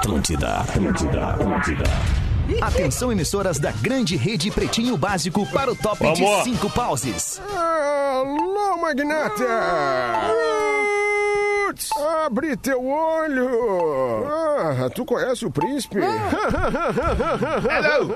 Atlântida. Atenção, emissoras da grande rede Pretinho Básico para o top de 5 pauses. Alô, magnata! Abre teu olho! Tu conhece o príncipe? Hello!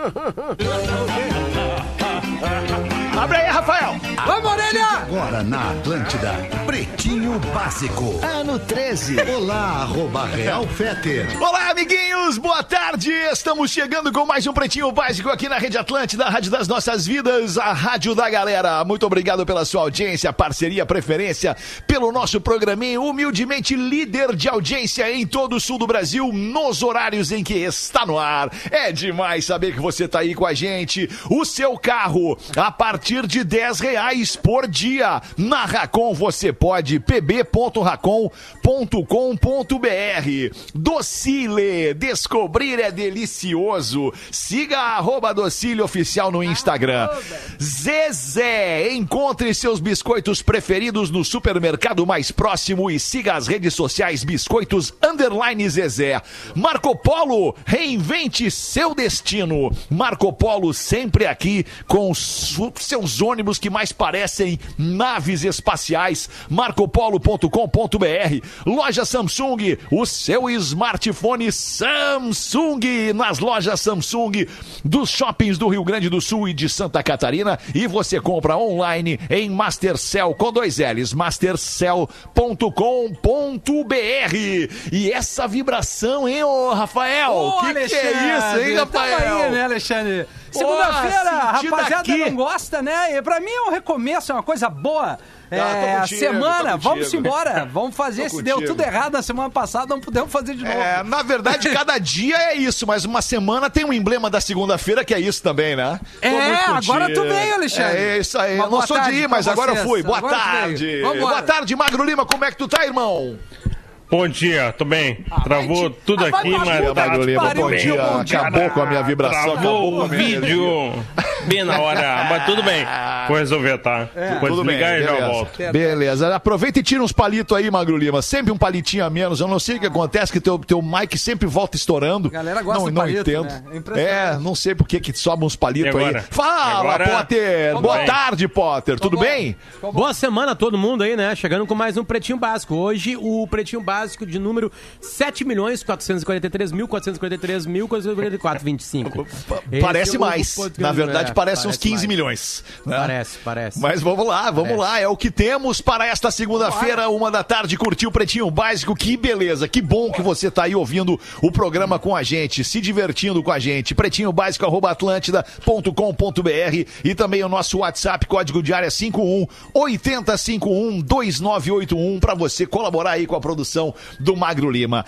Abre aí, Rafael! Vamos, orelha! Agora na Atlântida, Pretinho Básico. Ano 13. Olá, @Real Fetter. Olá, amiguinhos! Boa tarde! Estamos chegando com mais um Pretinho Básico aqui na Rede Atlântida, a rádio das nossas vidas, a rádio da galera. Muito obrigado pela sua audiência, parceria, preferência, pelo nosso programinho, humildemente líder de audiência em todo o sul do Brasil, nos horários em que está no ar. É demais saber que você tá aí com a gente. O seu carro, a partir de R$10 por dia. Na Racon você pode, pb.racon.com.br. Docile, descobrir é delicioso. Siga @Docile Oficial no Instagram. Zezé, encontre seus biscoitos preferidos no supermercado mais próximo e siga as redes sociais Biscoitos _Zezé. Marco Polo, reinvente seu destino. Marco Polo sempre aqui com seus ônibus que mais parecem naves espaciais. marcopolo.com.br. Loja Samsung, o seu smartphone Samsung nas lojas Samsung dos shoppings do Rio Grande do Sul e de Santa Catarina, e você compra online em Mastercell com 2 L's, mastercell.com.br. E essa vibração, hein, ô Rafael? Que é isso, hein, Rafael? Tamo aí, né, Alexandre? Segunda-feira, rapaziada não gosta, né? E pra mim é um recomeço, é uma coisa boa. Semana, vamos embora. Vamos fazer. Se deu tudo errado na semana passada, não podemos fazer de novo. Na verdade, cada dia é isso, mas uma semana tem um emblema da segunda-feira que é isso também, né? Agora tu veio, Alexandre. É isso aí. Eu não sou de ir, mas agora eu fui. Boa tarde. Boa tarde, Magro Lima. Como é que tu tá, irmão? Bom dia, tô bem. Travou tudo aqui, mas tá Bom dia. Acabou com a minha vibração. Travou o vídeo bem na hora, mas tudo bem. Vou resolver, tá? Depois desligar e já volto. Beleza. Aproveita e tira uns palitos aí, Magro Lima. Sempre um palitinho a menos. Eu não sei o que acontece, que teu mic sempre volta estourando. A galera gosta de palito, entendo. Né? Não sei por que sobram uns palitos aí. Fala, Potter! Boa tarde, Potter. Tudo bem? Boa semana a todo mundo aí, né? Chegando com mais um Pretinho Básico. Hoje, o Pretinho Básico de número 7.443.444.25. Parece mais. Na verdade, parece uns 15 milhões. Né? Parece. Mas vamos lá. É o que temos para esta segunda-feira, 1h, curtiu o Pretinho Básico. Que beleza, que bom que você tá aí ouvindo o programa com a gente, se divertindo com a gente. Pretinho Básico, @atlântida.com.br, e também o nosso WhatsApp, código de área 51-8051-2981, para você colaborar aí com a produção do Magro Lima.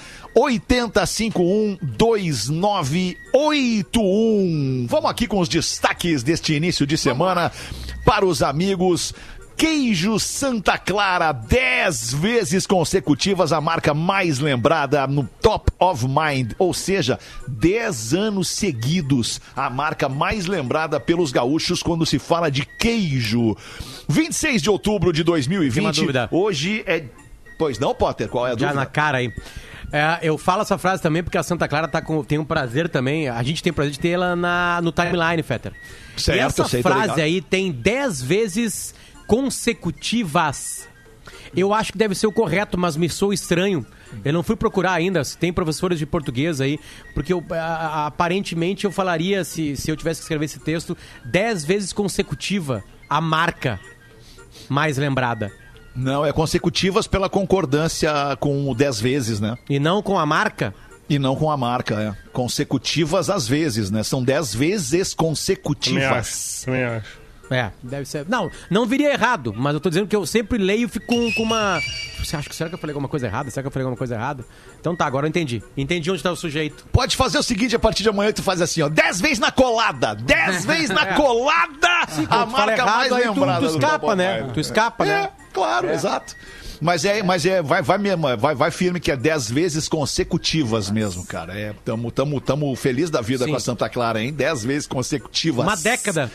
8051-2981. Vamos aqui com os destaques deste início de semana para os amigos. Queijo Santa Clara, 10 vezes consecutivas a marca mais lembrada no Top of Mind, ou seja, 10 anos seguidos a marca mais lembrada pelos gaúchos quando se fala de queijo. 26 de outubro de 2020, hoje é... Pois não, Potter? Qual é a dúvida? Já na cara aí. Eu falo essa frase também porque a Santa Clara tem um prazer também. A gente tem o prazer de ter ela no timeline, Fetter. Certo, e essa frase aí tem 10 vezes consecutivas. Eu acho que deve ser o correto, mas me soa estranho. Eu não fui procurar ainda se tem professores de português aí, porque aparentemente eu falaria, se eu tivesse que escrever esse texto, 10 vezes consecutiva a marca mais lembrada. Não, é consecutivas pela concordância com 10 vezes, né? E não com a marca? E não com a marca, consecutivas às vezes, né? São 10 vezes consecutivas. Também acho. Deve ser. Não viria errado, mas eu tô dizendo que eu sempre leio e fico com uma... Será que eu falei alguma coisa errada? Então tá, agora eu entendi. Entendi onde tá o sujeito. Pode fazer o seguinte, a partir de amanhã tu faz assim, 10 vezes na colada. 10 vezes na colada, a marca errado, mais lembrada. Tu escapa, né? Tu escapa, né? Claro, exato. Mas vai firme que é 10 vezes consecutivas mesmo, cara. Tamo feliz da vida com a Santa Clara, hein? 10 vezes consecutivas. Uma década.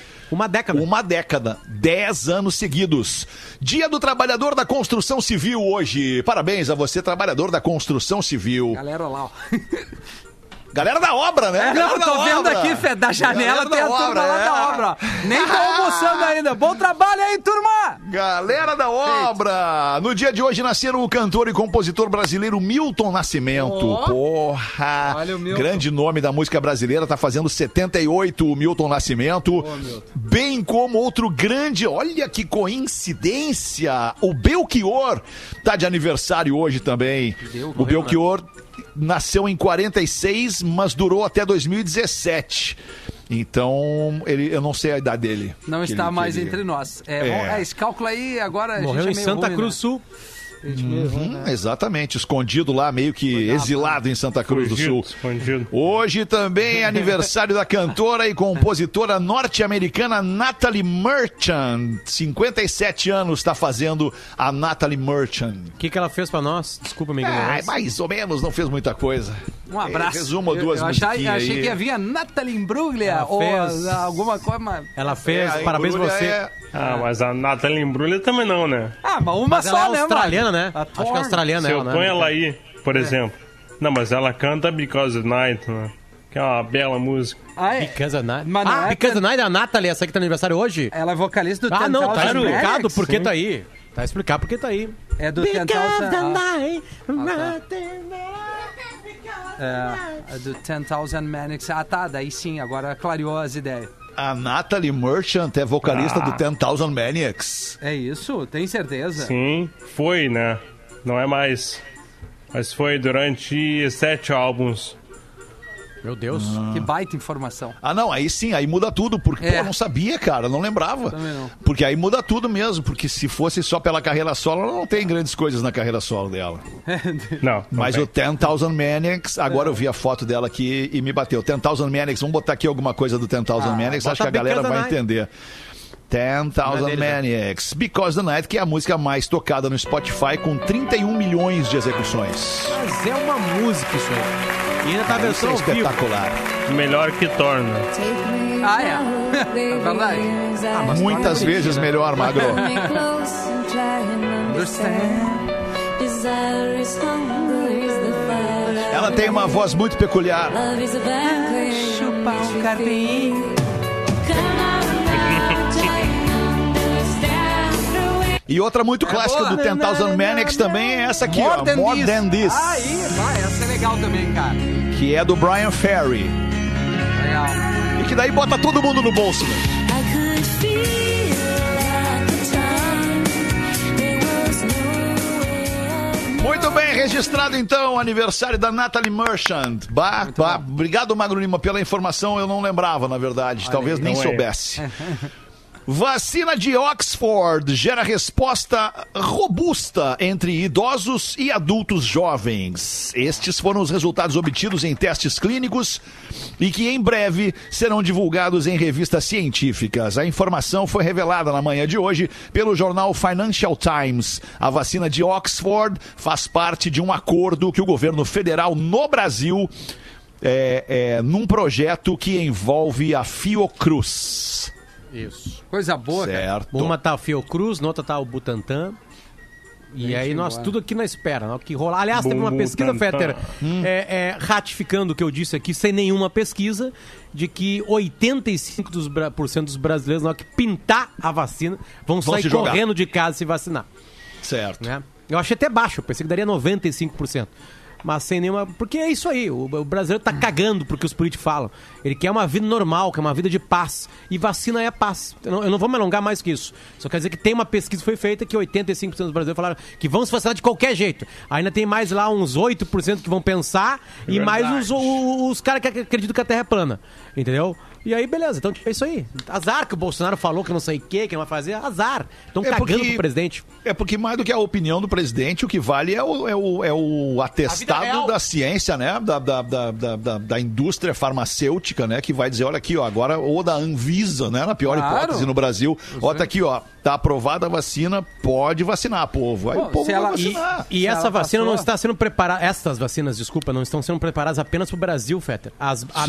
10 anos seguidos. Dia do Trabalhador da Construção Civil hoje. Parabéns a você, trabalhador da construção civil. Galera lá, ó. Galera da obra, né? Não, tô vendo aqui, Fê, da janela tem a turma lá da obra, ó. Nem tô almoçando ainda. Bom trabalho aí, turma! Galera da obra! No dia de hoje nasceram o cantor e compositor brasileiro Milton Nascimento. Porra! Olha o Milton. Grande nome da música brasileira, tá fazendo 78 o Milton Nascimento. Milton. Bem como outro grande, olha que coincidência, o Belchior tá de aniversário hoje também. O Belchior nasceu em 46, mas durou até 2017. Então, eu não sei a idade dele. Não está mais entre nós. Esse cálculo aí agora... Morreu em Santa Cruz Sul. Exatamente, escondido lá, meio que exilado em Santa Cruz do Sul. Escondido. Hoje também é aniversário da cantora e compositora norte-americana Natalie Merchant. 57 anos está fazendo a Natalie Merchant. O que ela fez pra nós? Desculpa, amigo. Mais ou menos, não fez muita coisa. Um abraço. Fez uma ou duas musiquinhas aí. Achei que ia vir a Natalie Imbruglia ou alguma coisa, mas... Ela fez, parabéns a você. Mas a Natalie Imbruglia também não, né? Mas ela é australiana, né? Acho que é australiana. Se eu ponho ela aí, por exemplo. Não, mas ela canta Because of the Night, né? Que é uma bela música. Because of the Night. Because of the Night é a Natalie, essa que tá no aniversário hoje? Ela é vocalista do não, tá explicado porque tá aí. Tá explicado porque tá aí. É do Because of the Night. É do 10,000 Manics. Daí sim, agora clareou as ideias. A Natalie Merchant é vocalista do 10,000 Maniacs. É isso? Tem certeza? Sim, foi, né? Não é mais. Mas foi durante 7 álbuns. Meu Deus. Que baita informação. Não, aí sim, aí muda tudo. Porque, eu não sabia, cara, não lembrava. Também não. Porque aí muda tudo mesmo. Porque se fosse só pela carreira solo, ela não tem grandes coisas na carreira solo dela. Não. Mas o 10,000 Maniacs, agora eu vi a foto dela aqui e me bateu. 10,000 Maniacs, vamos botar aqui alguma coisa do 10,000 Maniacs, acho que a galera vai entender. 10,000 Maniacs, Because the Night, que é a música mais tocada no Spotify, com 31 milhões de execuções. Mas é uma música isso aí. E ainda tá a versão espetacular. Melhor que Torna. É verdade. Muitas vezes melhor, Magro. Ela tem uma voz muito peculiar. Chupa um carpinho. E outra muito clássica do 10,000 Maniacs também é essa aqui, More Than This. Essa é legal também, cara. Que é do Brian Ferry. Legal. E que daí bota todo mundo no bolso, né? Muito bem, registrado então o aniversário da Natalie Merchant. Obrigado, Magro Lima, pela informação, eu não lembrava, na verdade. Talvez nem soubesse. Vacina de Oxford gera resposta robusta entre idosos e adultos jovens. Estes foram os resultados obtidos em testes clínicos e que em breve serão divulgados em revistas científicas. A informação foi revelada na manhã de hoje pelo jornal Financial Times. A vacina de Oxford faz parte de um acordo que o governo federal no Brasil num projeto que envolve a Fiocruz. Isso. Coisa boa, certo. Cara. Uma tá a Fiocruz, na outra tá o Butantan. E aí nós tudo aqui na espera, né? Que rolar. Aliás, teve uma pesquisa, Fetter, ratificando o que eu disse aqui, sem nenhuma pesquisa, de que 85% dos brasileiros, na hora que pintar a vacina, vão sair correndo de casa se vacinar. Certo. Né? Eu achei até baixo, eu pensei que daria 95%. Mas sem nenhuma... Porque é isso aí, o brasileiro tá cagando porque os políticos falam. Ele quer uma vida normal, quer uma vida de paz. E vacina é paz. Eu não vou me alongar mais que isso. Só quer dizer que tem uma pesquisa que foi feita que 85% dos brasileiros falaram que vão se vacinar de qualquer jeito. Ainda tem mais lá uns 8% que vão pensar e mais os caras que acreditam que a Terra é plana. Entendeu? E aí, beleza. Então, é isso aí. Azar que o Bolsonaro falou que não sei o que não vai fazer. Azar. Estão cagando pro presidente. É porque mais do que a opinião do presidente, o que vale é o atestado da ciência, né? Da indústria farmacêutica, né? Que vai dizer, olha aqui, ó, agora, ou da Anvisa, né? Na pior hipótese no Brasil. Ó, tá aqui, ó. tá aprovada a vacina, pode vacinar, povo. Aí o povo vai vacinar. E essa vacina não está sendo preparada, essas vacinas, desculpa, não estão sendo preparadas apenas para o Brasil, Fetter. A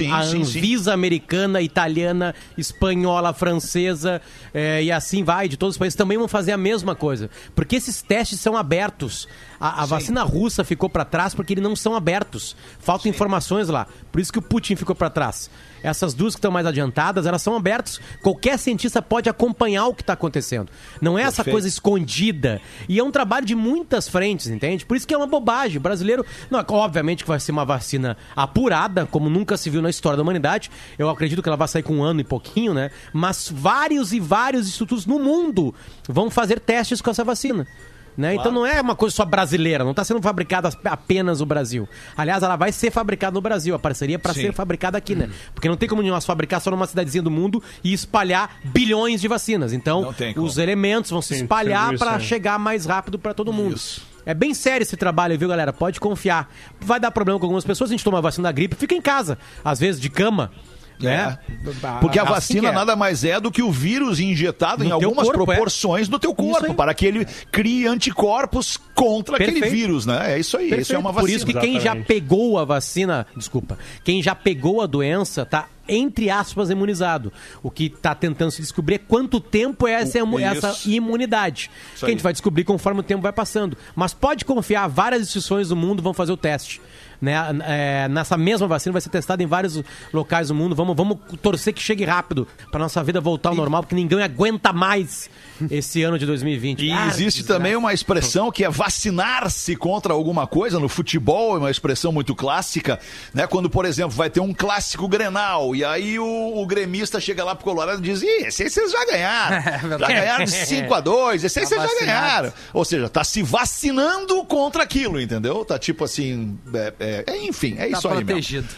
Anvisa americana, italiana, espanhola, francesa e assim vai, de todos os países, também vão fazer a mesma coisa. Porque esses testes são abertos. A vacina russa ficou para trás porque eles não são abertos. Faltam informações lá. Por isso que o Putin ficou para trás. Essas duas que estão mais adiantadas, elas são abertas. Qualquer cientista pode acompanhar o que está acontecendo. Não é essa coisa escondida. E é um trabalho de muitas frentes, entende? Por isso que é uma bobagem. O brasileiro, não, obviamente que vai ser uma vacina apurada, como nunca se viu na história da humanidade. Eu acredito que ela vai sair com 1 ano e pouquinho, né? Mas vários e vários institutos no mundo vão fazer testes com essa vacina. Né? Claro. Então não é uma coisa só brasileira, não está sendo fabricada apenas no Brasil. Aliás, ela vai ser fabricada no Brasil, a parceria para ser fabricada aqui, né? Porque não tem como nós fabricar só numa cidadezinha do mundo e espalhar bilhões de vacinas. Então, os elementos vão se espalhar para chegar mais rápido para todo mundo. Isso. É bem sério esse trabalho, viu, galera? Pode confiar. Vai dar problema com algumas pessoas, a gente toma a vacina da gripe, fica em casa, às vezes de cama. Né? Porque a vacina nada mais é do que o vírus injetado em algumas proporções no teu corpo, para que ele crie anticorpos contra aquele vírus, né? É isso aí, isso é uma vacina. Por isso que quem já pegou a vacina, quem já pegou a doença tá, entre aspas, imunizado. O que está tentando se descobrir é quanto tempo é essa imunidade. Que a gente vai descobrir conforme o tempo vai passando. Mas pode confiar, várias instituições do mundo vão fazer o teste. Né? Nessa mesma vacina vai ser testada em vários locais do mundo. Vamos torcer que chegue rápido para nossa vida voltar ao normal, porque ninguém aguenta mais esse ano de 2020. E existe também uma expressão que é vacinar-se contra alguma coisa. No futebol é uma expressão muito clássica, né? Quando, por exemplo, vai ter um clássico Grenal e aí o gremista chega lá pro Colorado e diz: esse aí vocês já ganharam. Já ganharam de 5-2, esse aí vocês já ganharam. Ou seja, tá se vacinando contra aquilo, entendeu? Tá tipo assim... enfim, é isso aí mesmo.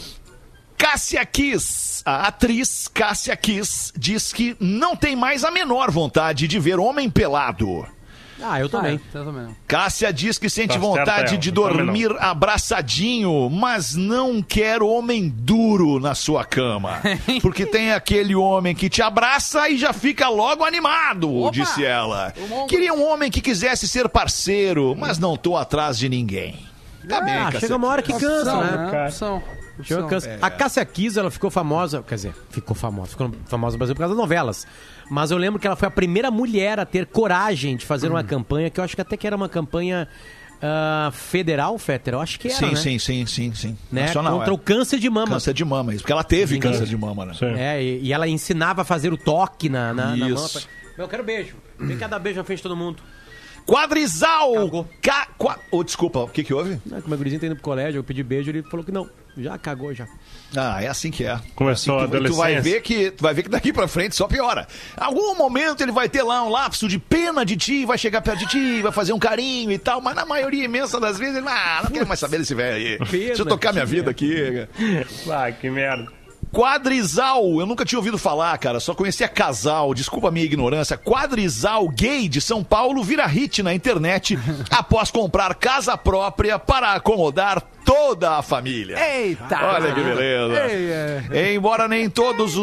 Cássia Kiss, a atriz Cássia Kiss, diz que não tem mais a menor vontade de ver homem pelado. Eu também. Cássia diz que sente vontade de dormir abraçadinho, mas não quer homem duro na sua cama. Porque tem aquele homem que te abraça e já fica logo animado, disse ela. Queria um homem que quisesse ser parceiro, mas não tô atrás de ninguém. Tá bem, Cássia. Chega uma hora que cansa, né? A Cássia Kiss, ela ficou famosa, ficou famosa no Brasil por causa das novelas. Mas eu lembro que ela foi a primeira mulher a ter coragem de fazer uma campanha, que eu acho que até que era uma campanha federal, Fetter, eu acho que era, sim, né? Sim. Né? Nacional, contra o câncer de mama. Câncer de mama, isso, porque ela teve câncer de mama, né? E ela ensinava a fazer o toque na mama. Eu quero beijo. Vem cá dar beijo na frente de todo mundo. Quadrizal! Desculpa, o que houve? Como a gurizinha tá indo pro colégio, eu pedi beijo, ele falou que não. Já cagou, já. É assim que é. Começou a adolescência. Tu vai ver que daqui pra frente só piora. Algum momento ele vai ter lá um lapso de pena de ti, vai chegar perto de ti, vai fazer um carinho e tal, mas na maioria imensa das vezes ele não quero mais saber desse velho aí. Deixa eu tocar minha vida aqui. Que merda. Quadrizal, eu nunca tinha ouvido falar, cara, só conhecia casal, desculpa a minha ignorância. Quadrizal gay de São Paulo vira hit na internet após comprar casa própria para acomodar toda a família. Eita! Olha que beleza. Embora nem todos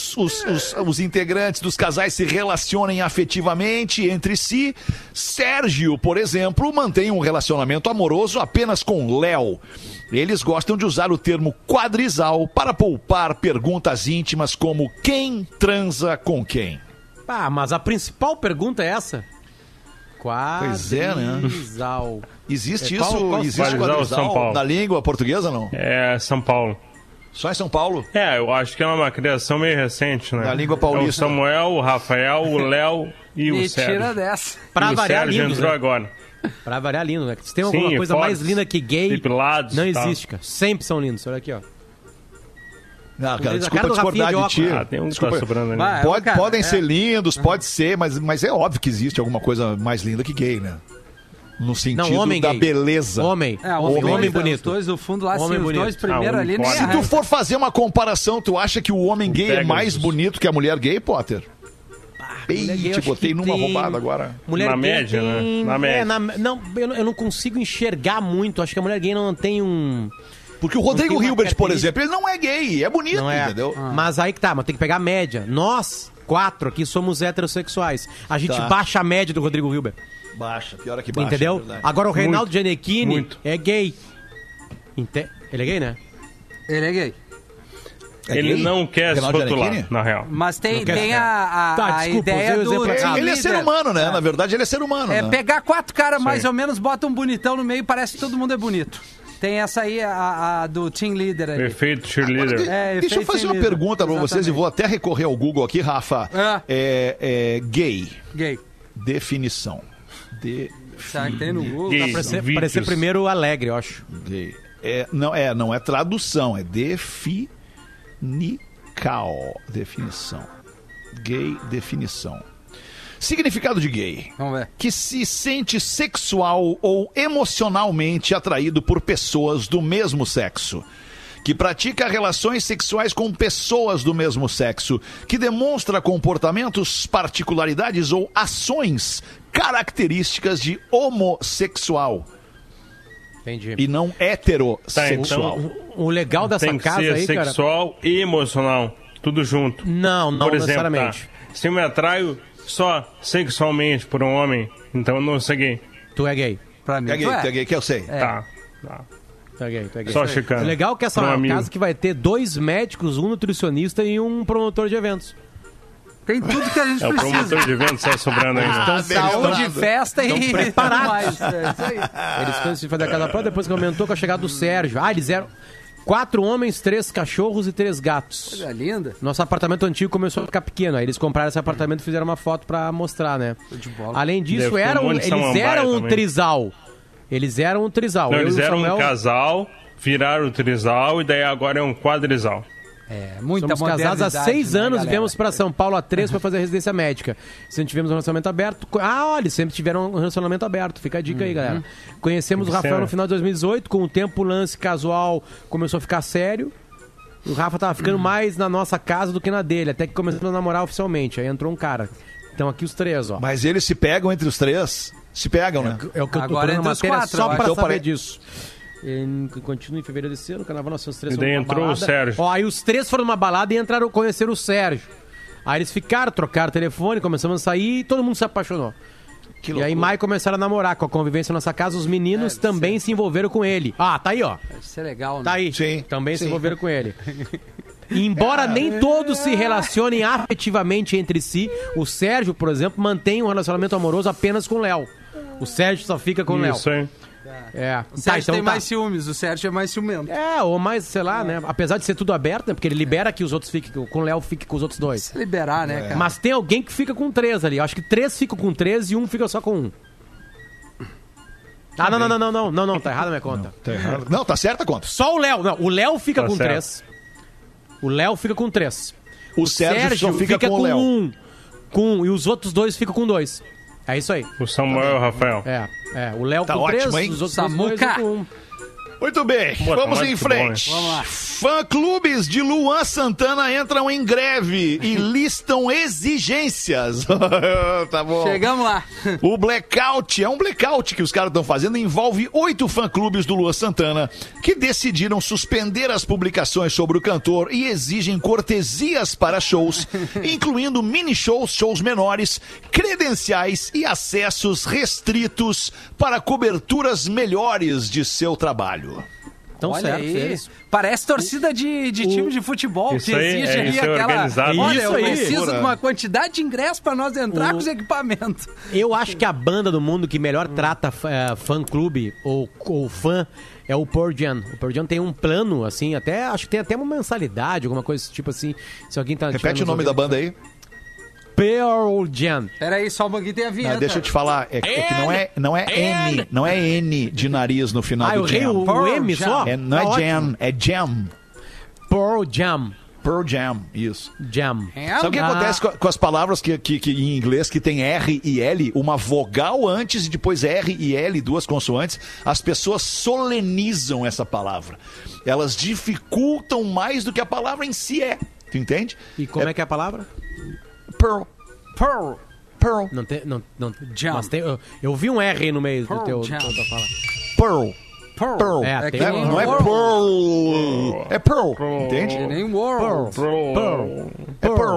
os integrantes dos casais se relacionem afetivamente entre si, Sérgio, por exemplo, mantém um relacionamento amoroso apenas com Léo. Eles gostam de usar o termo quadrizal para poupar perguntas íntimas como quem transa com quem. Mas a principal pergunta é essa. Quadrizal. Pois é, né? Existe isso? Existe quadrizal na língua portuguesa, não? É São Paulo. Só em São Paulo? Eu acho que é uma criação meio recente, né? Na língua paulista. É o Samuel, o Rafael, o Léo e o Sérgio. Tira dessa. Pra variar, lindo, entrou né? agora. Pra variar, lindo, né? Se tem alguma coisa mais linda que gay, depilados, não existe, cara. Sempre são lindos. Olha aqui, ó. Cara, desculpa discordar de ti. Tem um que tá sobrando ali. Podem ser lindos, pode ser, mas é óbvio que existe alguma coisa mais linda que gay, né? No sentido da gay. Beleza. Homem bonito. Os dois do fundo lá, homem os bonito. dois primeiro ali. Se tu for fazer uma comparação, tu acha que o homem gay é mais bonito que a mulher gay, Potter? Te botei numa roubada agora. Mulher na gay média, né? Na média. Eu não consigo enxergar muito. Acho que a mulher gay não tem um... Porque o Rodrigo Hilbert, por exemplo, ele não é gay, é bonito, entendeu? Mas aí que tá, mas tem que pegar a média. Nós 4 aqui somos heterossexuais. A gente baixa a média do Rodrigo Hilber. Baixa, pior é que baixa. Entendeu? Agora o Reinaldo Gianecchini é gay. Ele é gay, né? Ele é gay. Ele não quer se rotular, na real. Mas tem a ideia do... Ele é ser humano, né? Na verdade, ele é ser humano. É pegar 4 caras mais ou menos, bota um bonitão no meio e parece que todo mundo é bonito. Tem essa aí, a do team leader aí. Efeito cheerleader. Deixa eu fazer uma pergunta pra vocês e vou até recorrer ao Google aqui, Rafa. Gay. Gay. Definição. Tá, tem no Google. Gay. Parecer primeiro alegre, eu acho. Gay. Não é tradução, é definição. Gay, definição. Significado de gay. Vamos ver. Que se sente sexual ou emocionalmente atraído por pessoas do mesmo sexo. Que pratica relações sexuais com pessoas do mesmo sexo. Que demonstra comportamentos, particularidades ou ações características de homossexual. Entendi. E não heterossexual. Então, o legal dessa tem que casa ser aí, cara... sexual e emocional. Tudo junto. Não por exemplo, necessariamente. Se eu me atraio só sexualmente por um homem, então eu não sou gay. Tu é gay. Pra mim, Tu é gay, que eu sei. Tá. Tu é gay. Só checando. O legal é que essa casa que vai ter 2 médicos, um nutricionista e um promotor de eventos. Tem tudo que a gente precisa. O promotor de eventos sai sobrando ainda. Saúde, festa e preparados. mais. É isso aí. Eles foram se fazer a casa própria, depois que aumentou com a chegada do Sérgio. Eles eram 4 homens, 3 cachorros e 3 gatos. Coisa linda. Nosso apartamento antigo começou a ficar pequeno. Aí eles compraram esse apartamento e fizeram uma foto pra mostrar, né? Além disso, eles eram um trisal. Eles eram um trisal. Não, eles eram um casal, viraram o trisal e daí agora é um quadrisal. Somos casados há 6 anos e viemos para São Paulo há 3 para fazer residência médica. Sempre tivemos um relacionamento aberto. Olha, sempre tiveram um relacionamento aberto. Fica a dica aí, galera. Conhecemos o Rafael no final de 2018. Com o tempo, o lance casual começou a ficar sério. O Rafa tava ficando mais na nossa casa do que na dele. Até que começamos a namorar oficialmente. Aí entrou um cara. Então aqui os 3, ó. Mas eles se pegam entre os 3? Se pegam, né? É o que eu tô Agora falando na matéria 4, só para saber disso. Continua em fevereiro desse ano, carnaval, nós temos 3 e daí entrou o Sérgio. Aí os 3 foram numa balada e conheceram o Sérgio. Aí eles ficaram, trocaram telefone, começamos a sair e todo mundo se apaixonou. E aí Mai começaram a namorar com a convivência na nossa casa. Os meninos também se envolveram com ele. Tá aí, ó. Deve ser legal, né? Tá aí. Sim. Também se envolveram com ele. E embora nem todos se relacionem afetivamente entre si, o Sérgio, por exemplo, mantém um relacionamento amoroso apenas com o Léo. O Sérgio só fica com o Léo. Isso, hein? O Sérgio tem mais ciúmes, o Sérgio é mais ciumento. Ou mais, sei lá, né? Apesar de ser tudo aberto, né? Porque ele libera que os outros fiquem, com o Léo fique com os outros 2. Se liberar, né, cara? Mas tem alguém que fica com 3 ali. Eu acho que 3 ficam com 3 e um fica só com 1. Não, tá errado a minha conta. Tá errado. Não, tá certa a conta. Só o Léo. Não, o Léo fica com 3. O Léo fica com 3. O Sérgio só fica com o Léo. 1. E os outros 2 ficam com 2. É isso aí. O Samuel e o Rafael. O Léo tá com 3, ótimo, os outros Samuca. 2 com 1. Muito bem, vamos em frente. Vamos lá. Fã-clubes de Luan Santana entram em greve e listam exigências. Tá bom. Chegamos lá. O blackout, é um blackout que os caras estão fazendo, envolve 8 fã-clubes do Luan Santana que decidiram suspender as publicações sobre o cantor e exigem cortesias para shows, incluindo mini-shows, shows menores, credenciais e acessos restritos para coberturas melhores de seu trabalho. Então, olha certo, aí, parece torcida de time de futebol isso que aí, exige ali isso é aquela. organizado. Olha, Isso eu aí. preciso de uma quantidade de ingressos para nós entrar com os equipamentos. Eu acho que a banda do mundo que melhor trata fã-clube ou fã é o Pearl Jam. O Pearl Jam tem um plano, assim, acho que tem até uma mensalidade, alguma coisa tipo assim. Se alguém tá repete o nome da banda aí. Pearl Jam. Peraí, só um pouquinho tem a vinheta. Deixa eu te falar, é que não é N de nariz no final do Jam. O M só? Não é Jam, é Jam. Pearl Jam. Pearl Jam, isso. Jam. Sabe o que acontece com as palavras que em inglês que tem R e L, uma vogal antes e depois R e L, 2 consoantes, as pessoas solenizam essa palavra. Elas dificultam mais do que a palavra em si é. Tu entende? E como é que é a palavra? Pearl. Não tem. Jam. Mas tem, eu vi um R no meio do teu Jam. da fala. Pearl. Não é Pearl. É Pearl. Entende? Nem World. É Pearl.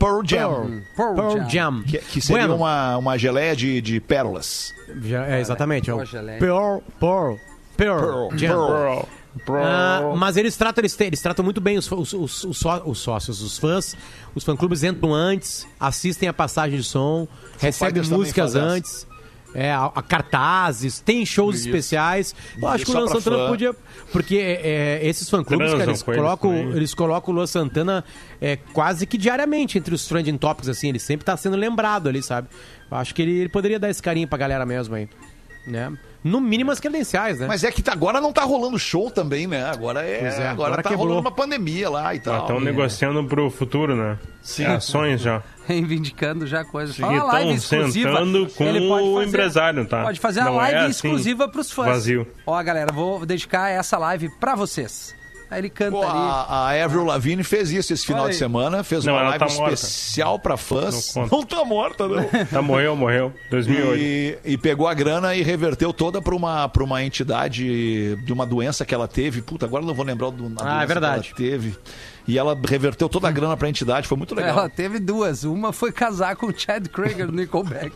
Pearl Jam. Pearl Jam. Que seria uma geleia de pérolas. Exatamente. Pearl Jam. Mas eles tratam muito bem os sócios, os fãs. Os fã-clubes entram antes, assistem a passagem de som, recebem músicas antes. A cartazes, tem shows especiais. Eu acho que o Luan Santana podia... Porque esses fã-clubes, cara, eles colocam o Luan Santana quase que diariamente entre os trending topics, assim. Ele sempre tá sendo lembrado ali, sabe? Eu acho que ele poderia dar esse carinho pra galera mesmo aí, né? No mínimo as credenciais, né? Mas é que agora não tá rolando show também, né? Agora tá rolando uma pandemia lá e tal. Estão negociando pro futuro, né? Sim. Ações já. Reivindicando já coisas. Fala live exclusiva. Sentando com o empresário, tá? Pode fazer uma live exclusiva pros fãs. Vazio. Ó, galera, vou dedicar essa live pra vocês. Aí ele canta ali. A Avril Lavigne fez isso esse final de semana. Fez uma live especial pra fãs. Não tá morta, não. Morreu. 2008. E pegou a grana e reverteu toda pra uma entidade de uma doença que ela teve. Puta, agora não vou lembrar do nome. É verdade. Que ela teve. E ela reverteu toda a grana pra entidade, foi muito legal. Ela teve duas. Uma foi casar com o Chad Kroeger do Nickelback.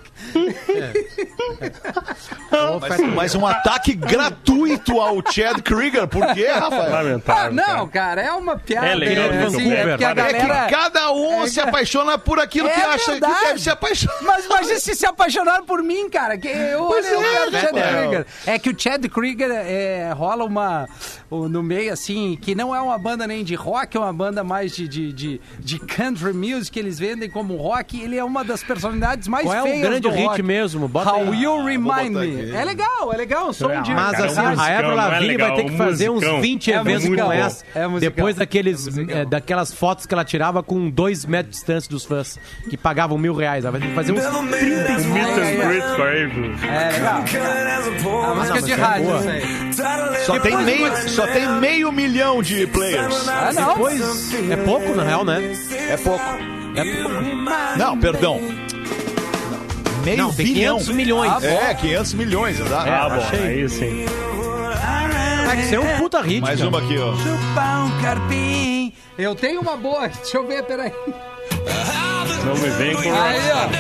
Mas um ataque gratuito ao Chad Kroeger, por quê, Rafael? Lamentável. Não, cara, é uma piada. É legal, porque a galera... É que cada um se apaixona por aquilo que acha que deve se apaixonar. Mas imagina se apaixonaram por mim, cara. Que eu quero o Chad Kroeger. É que o Chad Kroeger rola no meio, assim, que não é uma banda nem de rock, é uma banda mais de country music, eles vendem como rock. Ele é uma das personalidades mais feias do rock. Qual é o grande hit mesmo? Bota How You Remind Me. É legal, o som de... Mas assim, a Avril Lavigne vai ter que fazer uns 20 eventos com essa. Depois daquelas fotos que ela tirava com 2 metros de distância dos fãs, que pagavam R$1.000. Ela vai ter que fazer uns 30 É legal. A música de rádio, isso aí. Só tem meio milhão de players. Não. Depois, é pouco, na real, né? É pouco. Não, perdão. Meio bilhão. 500 milhões. 500 milhões, exato. Bom, aí sim. Isso é um puta hit. Mais uma aqui, ó. Chupar um carpim. Eu tenho uma boa, deixa eu ver, peraí. Não me vem com... Aí, ó.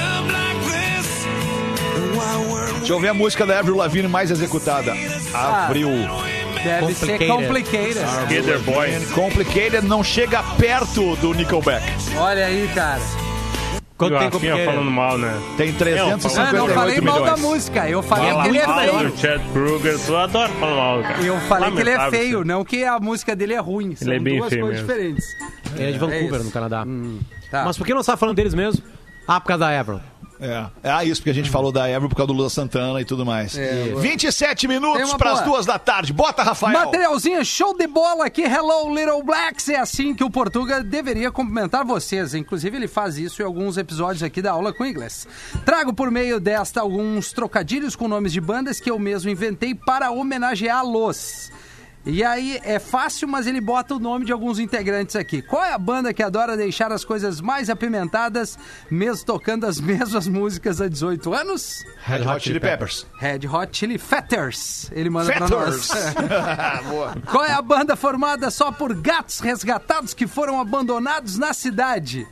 Deixa eu ver a música da Avril Lavigne mais executada. Avril. Deve ser Complicated. Skater Boy. Complicated não chega perto do Nickelback. Olha aí, cara. Quanto tem Rafinha falando mal, né? Tem 358 não falei mal milhões. da música. Eu falei que ele é feio. O Chad Kroeger, eu adoro falar mal, cara. Eu falei que ele é feio, não que a música dele é ruim. São ele é bem duas feio coisas mesmo. diferentes. Ele é de Vancouver, no Canadá. Tá. Mas por que não estava falando deles mesmo? Por causa da Avril. Isso, porque a gente falou da Avril por causa do Luan Santana e tudo mais. 27 minutos para as 2 da tarde. Bota, Rafael. Materialzinho, show de bola aqui. Hello, Little Blacks. É assim que o Portuga deveria cumprimentar vocês. Inclusive, ele faz isso em alguns episódios aqui da Aula com Inglês. Trago por meio desta alguns trocadilhos com nomes de bandas que eu mesmo inventei para homenageá-los. E aí é fácil, mas ele bota o nome de alguns integrantes aqui. Qual é a banda que adora deixar as coisas mais apimentadas, mesmo tocando as mesmas músicas há 18 anos? Red Hot Chili Peppers. Red Hot Chili Fetters. Ele manda pra nós. Boa. Qual é a banda formada só por gatos resgatados que foram abandonados na cidade?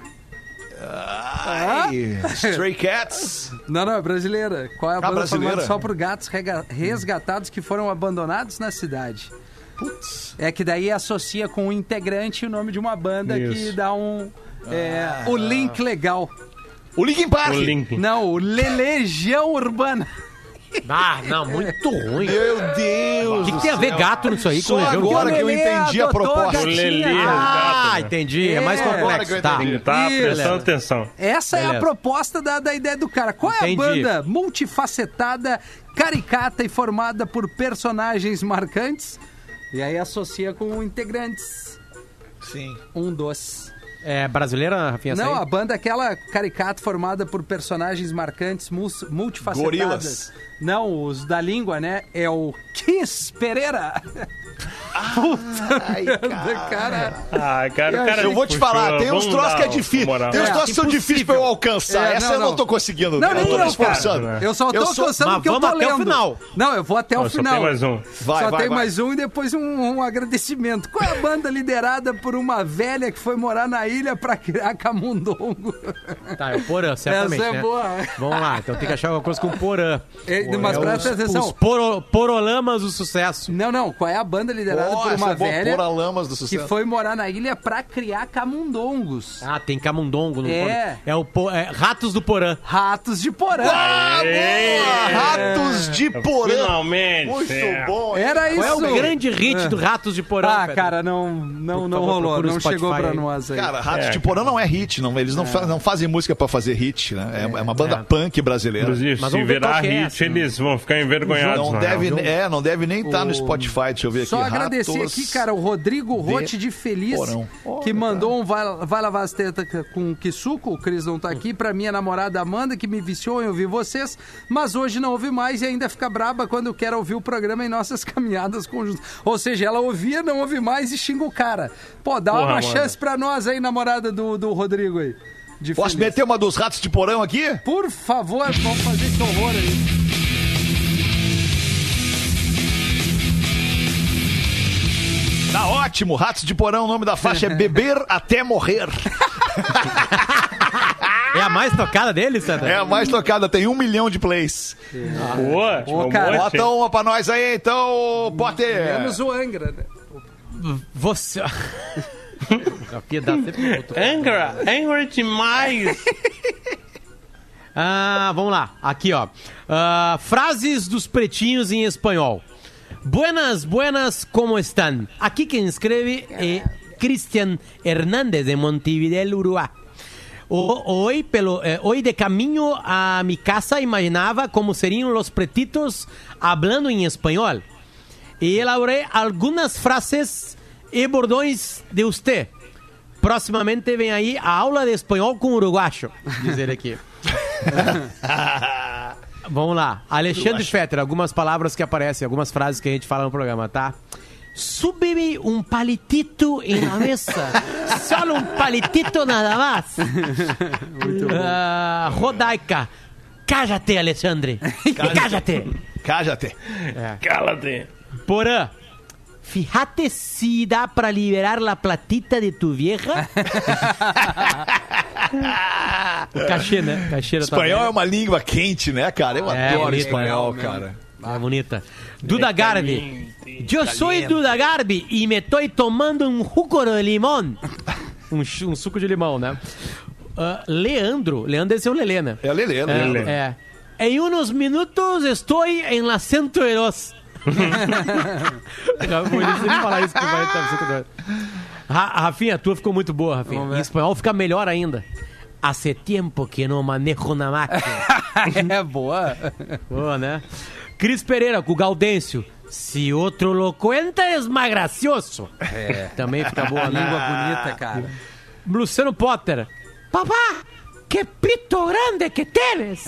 Stray Cats. Não, é brasileira. Qual é a banda formada só por gatos resgatados que foram abandonados na cidade? Putz. É que daí associa com um integrante o nome de uma banda que dá o link legal. O Linkin Park. Não, o Legião Urbana. Não, muito ruim. Meu Deus. O que tem a ver gato nisso aí com Legião? Agora que eu entendi a proposta. O Lelê. Entendi. É mais complexo. Tá prestando atenção. Essa é a proposta da ideia do cara. Qual é a banda multifacetada, caricata e formada por personagens marcantes? E aí associa com integrantes. Sim. Um dos... É brasileira, Rafinha? Não, a banda aquela caricata formada por personagens marcantes, multifacetadas. Gorilas. Não, os da língua, né? É o Kiss Pereira. Ai, cara. Eu vou te falar, tem uns troços que é difícil. Tem uns troços que são difíceis pra eu alcançar. Essa eu não tô conseguindo. Eu tô me esforçando. Eu só tô alcançando porque eu tô lendo. Até o final. Não, eu vou até o final. Só tem mais um. Só tem mais um e depois um agradecimento. Qual é a banda liderada por uma velha que foi morar na ilha pra criar camundongo? Tá, é o Porã, certamente, essa é boa. Vamos lá, então tem que achar alguma coisa com o Porã. Mas presta atenção. Os Porolamas do sucesso. Não. Qual é a banda liderada por uma velha Porolamas do sucesso. que foi morar na ilha pra criar camundongos? Ah, tem camundongo no É. Porã. É Ratos do Porã. Ratos de Porã. Boa! Ratos de Porã. Finalmente. Muito bom. Era isso. Qual é o grande hit do Ratos de Porã? Ah, cara, não rolou. Não chegou pra nós aí. Cara, Ratos de Porã não é hit. Não, eles não fazem música pra fazer hit, né? É uma banda punk brasileira. Inclusive, se virar hit, eles vão ficar envergonhados. Não deve nem estar no Spotify. Deixa eu ver aqui. Só agradecer aqui, cara, o Rodrigo Rote de Feliz, que mandou um vai lavar as tetas com Kisuko. O Cris não tá aqui. Pra minha namorada Amanda, que me viciou em ouvir vocês, mas hoje não ouve mais e ainda fica braba quando quer ouvir o programa em nossas caminhadas conjuntas. Ou seja, ela ouvia, não ouve mais e xinga o cara. Pô, dá uma chance pra nós aí, namorada do Rodrigo aí. Posso meter uma dos Ratos de Porão aqui? Por favor, vamos fazer esse horror aí. Tá ótimo, Ratos de Porão, o nome da faixa é Beber Até Morrer. É a mais tocada deles, Sandra? É a mais tocada, tem 1 milhão de plays. Boa, cara. Bota uma pra nós aí, então, Potter. Menos o Angra, né? Você... Angra demais. Vamos lá, aqui ó. Frases dos pretinhos em espanhol. Buenas, ¿cómo están? Aquí quien escribe es Cristian Hernández de Montevideo, Uruguay. Hoy de camino a mi casa imaginaba cómo serían los pretitos hablando en español. Y elaboré algunas frases y bordões de usted. Próximamente vem aí a aula de espanhol com uruguacho, diz ele aqui. Vamos lá. Alexandre Fetter, algumas palavras que aparecem, algumas frases que a gente fala no programa, tá? Súbeme un palitito en la mesa. Solo un palitito nada más. Muito bom. Rodaica. Cállate, Alexandre. Cállate. Cállate. Cálate. Porã. Fíjate si da para liberar la platita de tu vieja. Cachê, né? Cacheira espanhol também. É uma língua quente, né, cara? Eu adoro bonita, espanhol, cara. É bonita. Duda Garbi. Eu sou Duda Garbi e me estou tomando um jugo de limão. Um suco de limão, né? Leandro. Leandro deve ser o Lelê, né? É o Lelê, Lelê. É. Em uns minutos estou em la Centro Eros. Rafinha, a tua ficou muito boa, Rafinha. Em espanhol fica melhor ainda. Hace tiempo que não manejo na máquina. É boa. Boa, né? Cris Pereira com o Gaudêncio. Se outro lo cuenta, é mais gracioso. Também fica boa, né? Língua bonita, cara. Luciano Potter. Papá, que pito grande que tienes.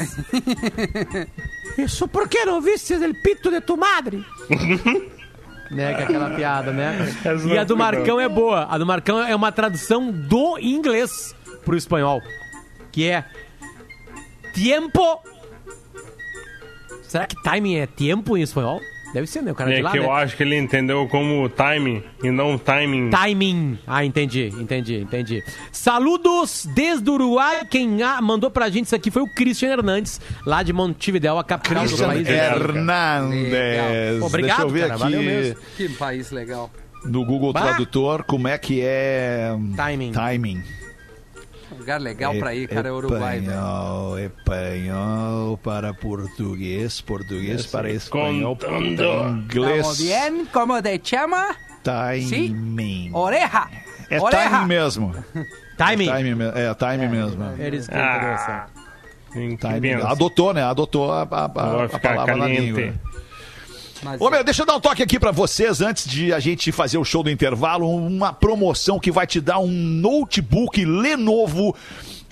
Isso porque não viste o pito de tu madre? Né, que é aquela piada, né? E a do Marcão é boa. A do Marcão é uma tradução do inglês pro espanhol. Que é tiempo. Será que timing é tempo em espanhol? Deve ser, né? O cara de lá, que né? Eu acho que ele entendeu como timing e não timing. Timing. Entendi. Saludos desde o Uruguai. Quem mandou pra gente isso aqui foi o Cristian Hernandes, lá de Montevideo, a capital do país. Hernandes. Obrigado, deixa eu ver cara, aqui. Valeu mesmo. Que país legal. No Google Tradutor, como é que é... Timing. Lugar legal pra ir, cara, é Uruguai. Espanhol para português para espanhol, inglês. Estamos bien, como te chama? Timing. Sí? Oreja. É timing mesmo. Timing. Timing mesmo. Eles Adotou, né? Adotou a palavra na língua. Ô, meu, deixa eu dar um toque aqui pra vocês antes de a gente fazer o show do intervalo. Uma promoção que vai te dar um notebook Lenovo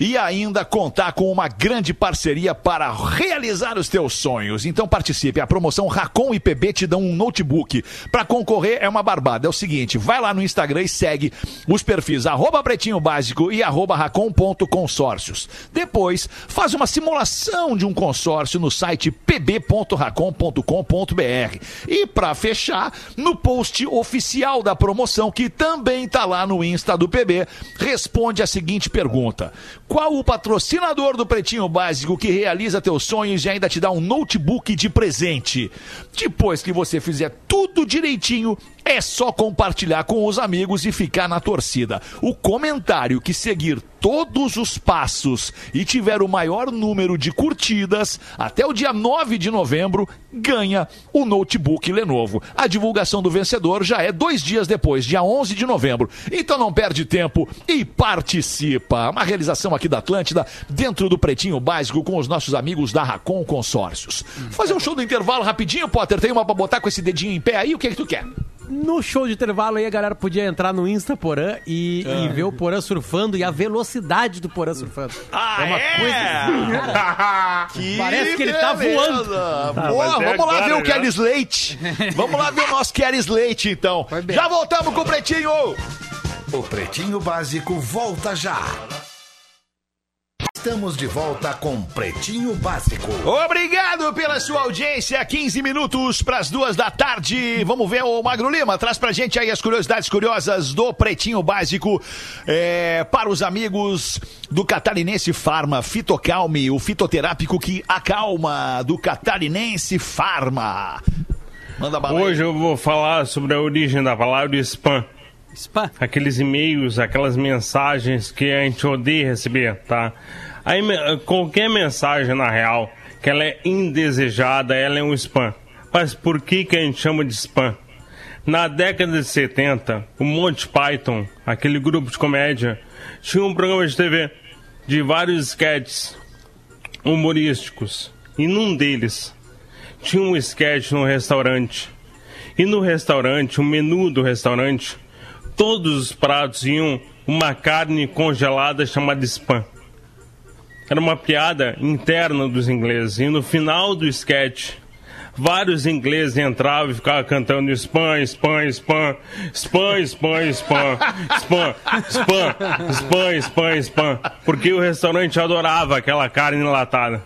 e ainda contar com uma grande parceria para realizar os teus sonhos. Então participe, a promoção Racon e PB te dão um notebook. Para concorrer é uma barbada, é o seguinte, vai lá no Instagram e segue os perfis @pretinhobásico e @racon.consórcios. Depois, faz uma simulação de um consórcio no site pb.racon.com.br. E para fechar, no post oficial da promoção, que também tá lá no Insta do PB, responde a seguinte pergunta: qual o patrocinador do Pretinho Básico que realiza teus sonhos e ainda te dá um notebook de presente? Depois que você fizer tudo direitinho, é só compartilhar com os amigos e ficar na torcida. O comentário que seguir todos os passos e tiver o maior número de curtidas até o dia 9 de novembro ganha o notebook Lenovo. A divulgação do vencedor já é 2 dias depois, dia 11 de novembro. Então não perde tempo e participa. Uma realização aqui da Atlântida, dentro do Pretinho Básico, com os nossos amigos da Racon Consórcios. Fazer um show do intervalo rapidinho, Potter? Tem uma pra botar com esse dedinho em pé aí? O que é que tu quer? No show de intervalo aí a galera podia entrar no Insta Porã e ver o Porã surfando e a velocidade do Porã surfando. É uma coisa assim, parece que ele tá voando. Boa, vamos lá ver o Kelly Slate. Vamos lá ver o nosso Kelly Slate, então. Já voltamos com o Pretinho. O Pretinho Básico volta já. Estamos de volta com Pretinho Básico. Obrigado pela sua audiência. 15 minutos para as 2 da tarde. Vamos ver o Magro Lima. Traz pra gente aí as curiosidades curiosas do Pretinho Básico para os amigos do Catarinense Pharma. Fitocalme, o fitoterápico que acalma, do Catarinense Pharma. Manda bala aí. Hoje eu vou falar sobre a origem da palavra spam. Spam. Aqueles e-mails, aquelas mensagens que a gente odeia receber, tá? Aí, qualquer mensagem, na real, que ela é indesejada, ela é um spam. Mas por que a gente chama de spam? Na década de 70, o Monty Python, aquele grupo de comédia, tinha um programa de TV de vários sketches humorísticos. E num deles, tinha um sketch no restaurante. E no restaurante, o menu do restaurante, todos os pratos iam uma carne congelada chamada spam. Era uma piada interna dos ingleses. E no final do sketch, vários ingleses entravam e ficavam cantando spam, spam, spam, spam, spam, spam, spam, spam, spam, spam, spam, porque o restaurante adorava aquela carne enlatada.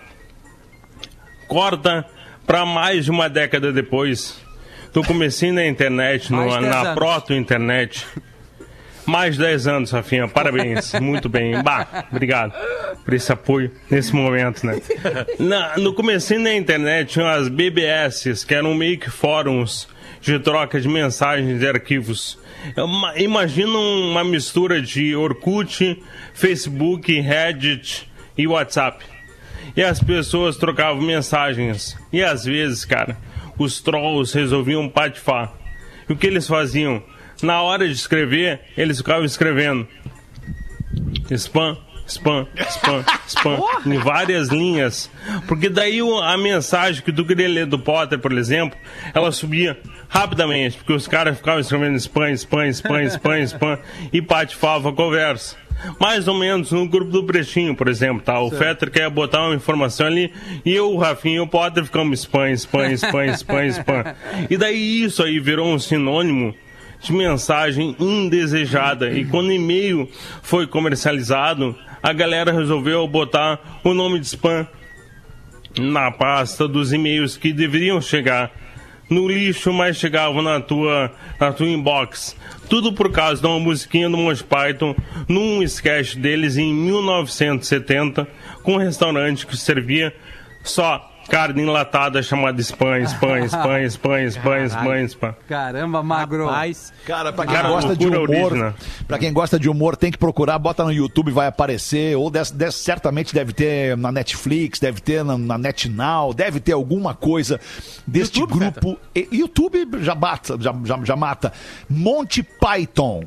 Corta para mais de uma década depois, no comecinho da internet, na proto-internet. Mais de 10 anos, Rafinha. Parabéns. Muito bem. Obrigado por esse apoio nesse momento, né? No comecinho da internet tinham as BBS, que eram meio que fóruns de troca de mensagens e arquivos. Imagina uma mistura de Orkut, Facebook, Reddit e WhatsApp. E as pessoas trocavam mensagens. E às vezes, cara, os trolls resolviam patifar. E o que eles faziam? Na hora de escrever, eles ficavam escrevendo spam, spam, spam, spam, em várias linhas. Porque daí a mensagem que tu queria ler do Potter, por exemplo, ela subia rapidamente, porque os caras ficavam escrevendo spam, spam, spam, spam, spam, e patifavam a conversa. Mais ou menos no grupo do Pretinho, por exemplo, tá? O Fetter quer botar uma informação ali e eu, o Rafinha e o Potter ficamos spam, spam, spam, spam, spam. E daí isso aí virou um sinônimo de mensagem indesejada. E quando o e-mail foi comercializado, a galera resolveu botar o nome de spam na pasta dos e-mails que deveriam chegar no lixo, mas chegavam na tua inbox. Tudo por causa de uma musiquinha do Monty Python num sketch deles em 1970, com um restaurante que servia só carne enlatada chamada spam, spam, spam, spam, spam, spam, spam. Caramba, Magro. Rapaz, cara, pra quem gosta de humor, pra quem gosta de humor, tem que procurar, bota no YouTube, vai aparecer, ou certamente deve ter na Netflix, deve ter na NetNow, deve ter alguma coisa deste YouTube, grupo. YouTube já mata. Monty Python.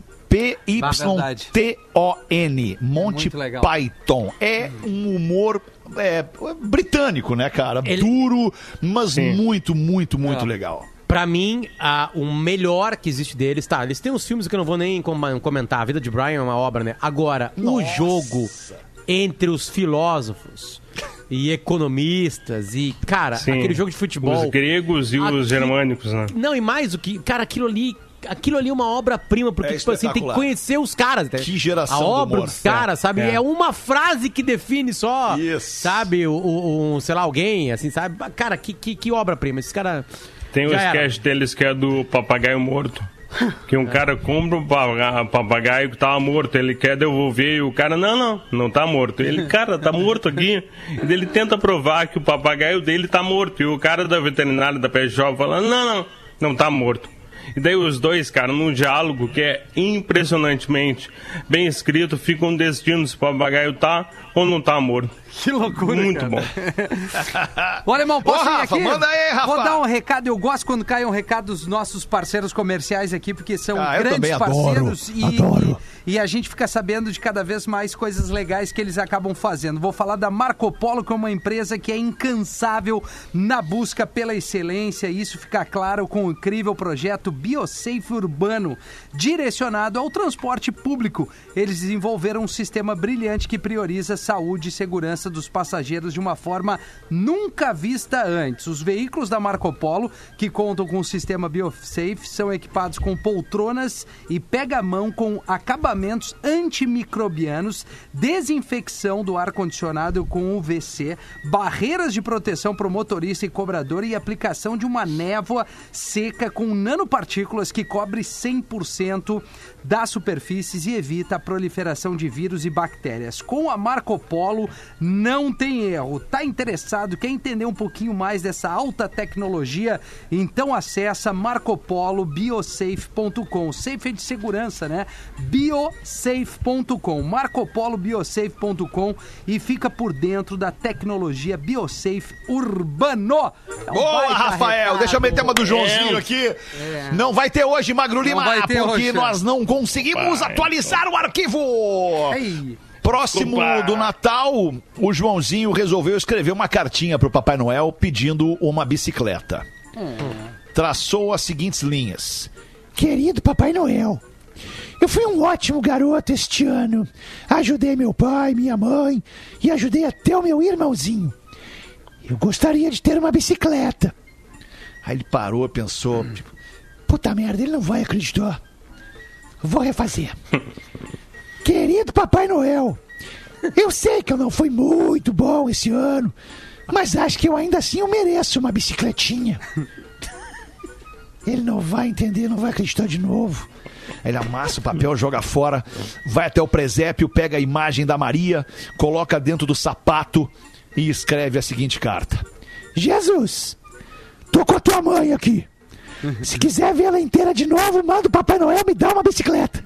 P-Y-T-O-N. Monty Python. É um humor britânico, né, cara? Duro, mas muito, muito, muito legal. Pra mim, o melhor que existe deles, tá, eles têm uns filmes que eu não vou nem comentar. A Vida de Brian é uma obra, né? Agora, o jogo entre os filósofos e economistas e, cara, aquele jogo de futebol... Os gregos e os germânicos, né? Não, e mais do que... Cara, aquilo ali é uma obra-prima, porque, tipo assim, tem que conhecer os caras. Né? Que geração a obra dos caras, sabe? É uma frase que define só, sabe, sei lá, alguém, assim, sabe? Cara, que obra-prima. Esses caras... Tem o sketch deles que é do papagaio morto. Que um cara compra um papagaio que tava morto, ele quer devolver e o cara, não tá morto. Ele, cara, tá morto aqui. E ele tenta provar que o papagaio dele tá morto. E o cara da veterinária da Pet Shop fala, não tá morto. E daí os dois, cara, num diálogo que é impressionantemente bem escrito, ficam decidindo se o papagaio tá ou não tá morto. Que loucura, muito cara. Bom. Ô, Alemão, posso ir Rafa, aqui? manda aí, Rafa. Vou dar um recado, eu gosto quando caem um recado dos nossos parceiros comerciais aqui, porque são grandes parceiros adoro. E a gente fica sabendo de cada vez mais coisas legais que eles acabam fazendo. Vou falar da Marco Polo, que é uma empresa que é incansável na busca pela excelência, e isso fica claro com o incrível projeto BioSafe Urbano, direcionado ao transporte público. Eles desenvolveram um sistema brilhante que prioriza a saúde e segurança dos passageiros de uma forma nunca vista antes. Os veículos da Marco Polo, que contam com o sistema BioSafe, são equipados com poltronas e pega-mão com acabamentos antimicrobianos, desinfecção do ar-condicionado com UVC, barreiras de proteção para o motorista e cobrador e aplicação de uma névoa seca com nanopartículas que cobre 100% das superfícies e evita a proliferação de vírus e bactérias. Com a Marco Polo não tem erro. Tá interessado? Quer entender um pouquinho mais dessa alta tecnologia? Então acessa marcopolobiosafe.com. Safe é de segurança, né? Biosafe.com. marcopolobiosafe.com e fica por dentro da tecnologia BioSafe Urbano. Boa, Rafael! Deixa eu meter uma do Joãozinho aqui. Não vai ter hoje, Magro Lima, porque hoje, nós não conseguimos atualizar o arquivo. Ei. Próximo do Natal, o Joãozinho resolveu escrever uma cartinha pro Papai Noel pedindo uma bicicleta. Traçou as seguintes linhas. Querido Papai Noel, eu fui um ótimo garoto este ano. Ajudei meu pai, minha mãe e ajudei até o meu irmãozinho. Eu gostaria de ter uma bicicleta. Aí ele parou, pensou, tipo, puta merda, ele não vai acreditar. Vou refazer. Querido Papai Noel, eu sei que eu não fui muito bom esse ano, mas acho que eu ainda assim eu mereço uma bicicletinha. Ele não vai entender, não vai acreditar de novo. Ele amassa o papel, joga fora, vai até o presépio, pega a imagem da Maria, coloca dentro do sapato e escreve a seguinte carta. Jesus, tô com a tua mãe aqui. Se quiser ver ela inteira de novo, manda o Papai Noel me dar uma bicicleta.